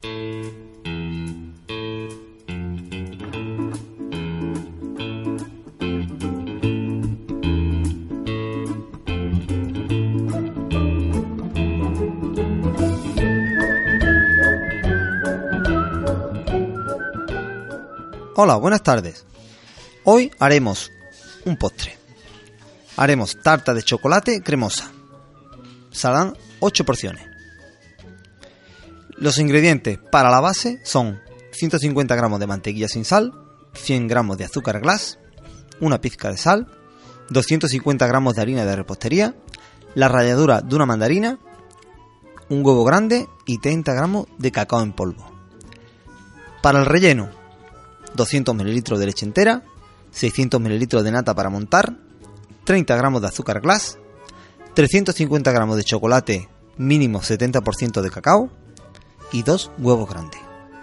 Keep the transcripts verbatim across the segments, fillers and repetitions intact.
Hola, buenas tardes. Hoy haremos un postre. Haremos tarta de chocolate cremosa. Serán ocho porciones. Los ingredientes para la base son ciento cincuenta gramos de mantequilla sin sal, cien gramos de azúcar glass, una pizca de sal, doscientos cincuenta gramos de harina de repostería, la ralladura de una mandarina, un huevo grande y treinta gramos de cacao en polvo. Para el relleno, doscientos mililitros de leche entera, seiscientos mililitros de nata para montar, treinta gramos de azúcar glass, trescientos cincuenta gramos de chocolate mínimo setenta por ciento de cacao y dos huevos grandes.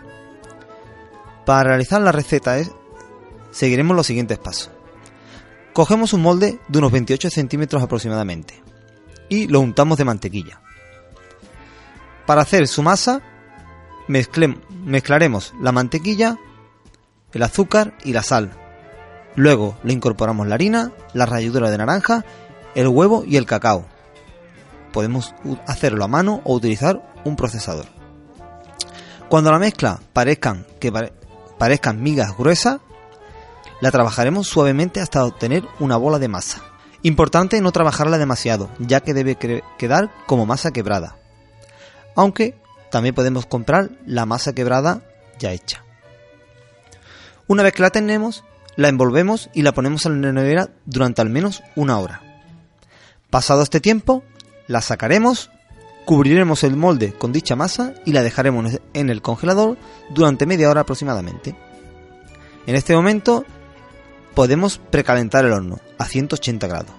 Para realizar la receta es, seguiremos los siguientes pasos. Cogemos un molde de unos veintiocho centímetros aproximadamente y lo untamos de mantequilla. Para hacer su masa, mezcle, mezclaremos la mantequilla, el azúcar y la sal. Luego le incorporamos la harina, la ralladura de naranja, el huevo y el cacao. Podemos hacerlo a mano o utilizar un procesador. Cuando la mezcla parezcan, que pare, parezcan migas gruesas, la trabajaremos suavemente hasta obtener una bola de masa. Importante no trabajarla demasiado, ya que debe quedar como masa quebrada. Aunque también podemos comprar la masa quebrada ya hecha. Una vez que la tenemos, la envolvemos y la ponemos en la nevera durante al menos una hora. Pasado este tiempo, la sacaremos, cubriremos el molde con dicha masa y la dejaremos en el congelador durante media hora aproximadamente. En este momento podemos precalentar el horno a ciento ochenta grados.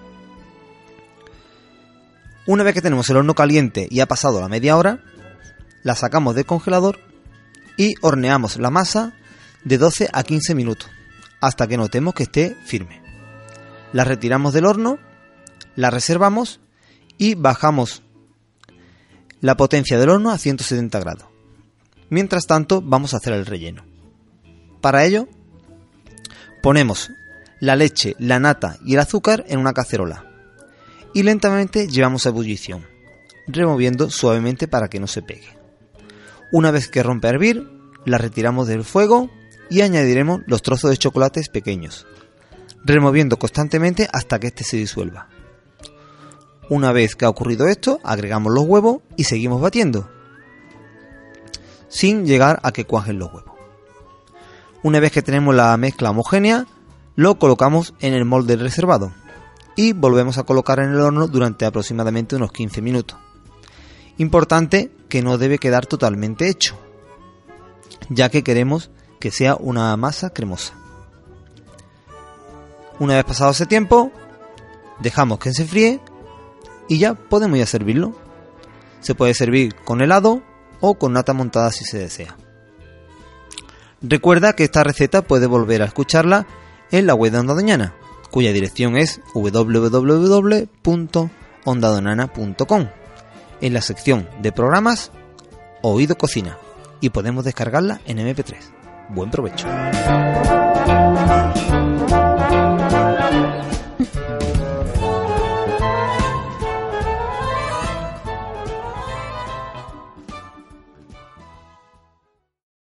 Una vez que tenemos el horno caliente y ha pasado la media hora, la sacamos del congelador y horneamos la masa de doce a quince minutos, hasta que notemos que esté firme. La retiramos del horno, la reservamos y bajamos la potencia del horno a ciento setenta grados. Mientras tanto, vamos a hacer el relleno. Para ello, ponemos la leche, la nata y el azúcar en una cacerola y lentamente llevamos a ebullición, removiendo suavemente para que no se pegue. Una vez que rompe a hervir, la retiramos del fuego y añadiremos los trozos de chocolates pequeños, removiendo constantemente hasta que este se disuelva. Una vez que ha ocurrido esto, agregamos los huevos y seguimos batiendo, sin llegar a que cuajen los huevos. Una vez que tenemos la mezcla homogénea, lo colocamos en el molde reservado y volvemos a colocar en el horno durante aproximadamente unos quince minutos. Importante que no debe quedar totalmente hecho, ya que queremos que sea una masa cremosa. Una vez pasado ese tiempo, dejamos que se enfríe y ya podemos ya servirlo. Se puede servir con helado o con nata montada si se desea. Recuerda que esta receta puedes volver a escucharla en la web de Onda Doñana, cuya dirección es doble u doble u doble u punto onda donana punto com, en la sección de programas Oído Cocina, y podemos descargarla en eme pe tres. Buen provecho.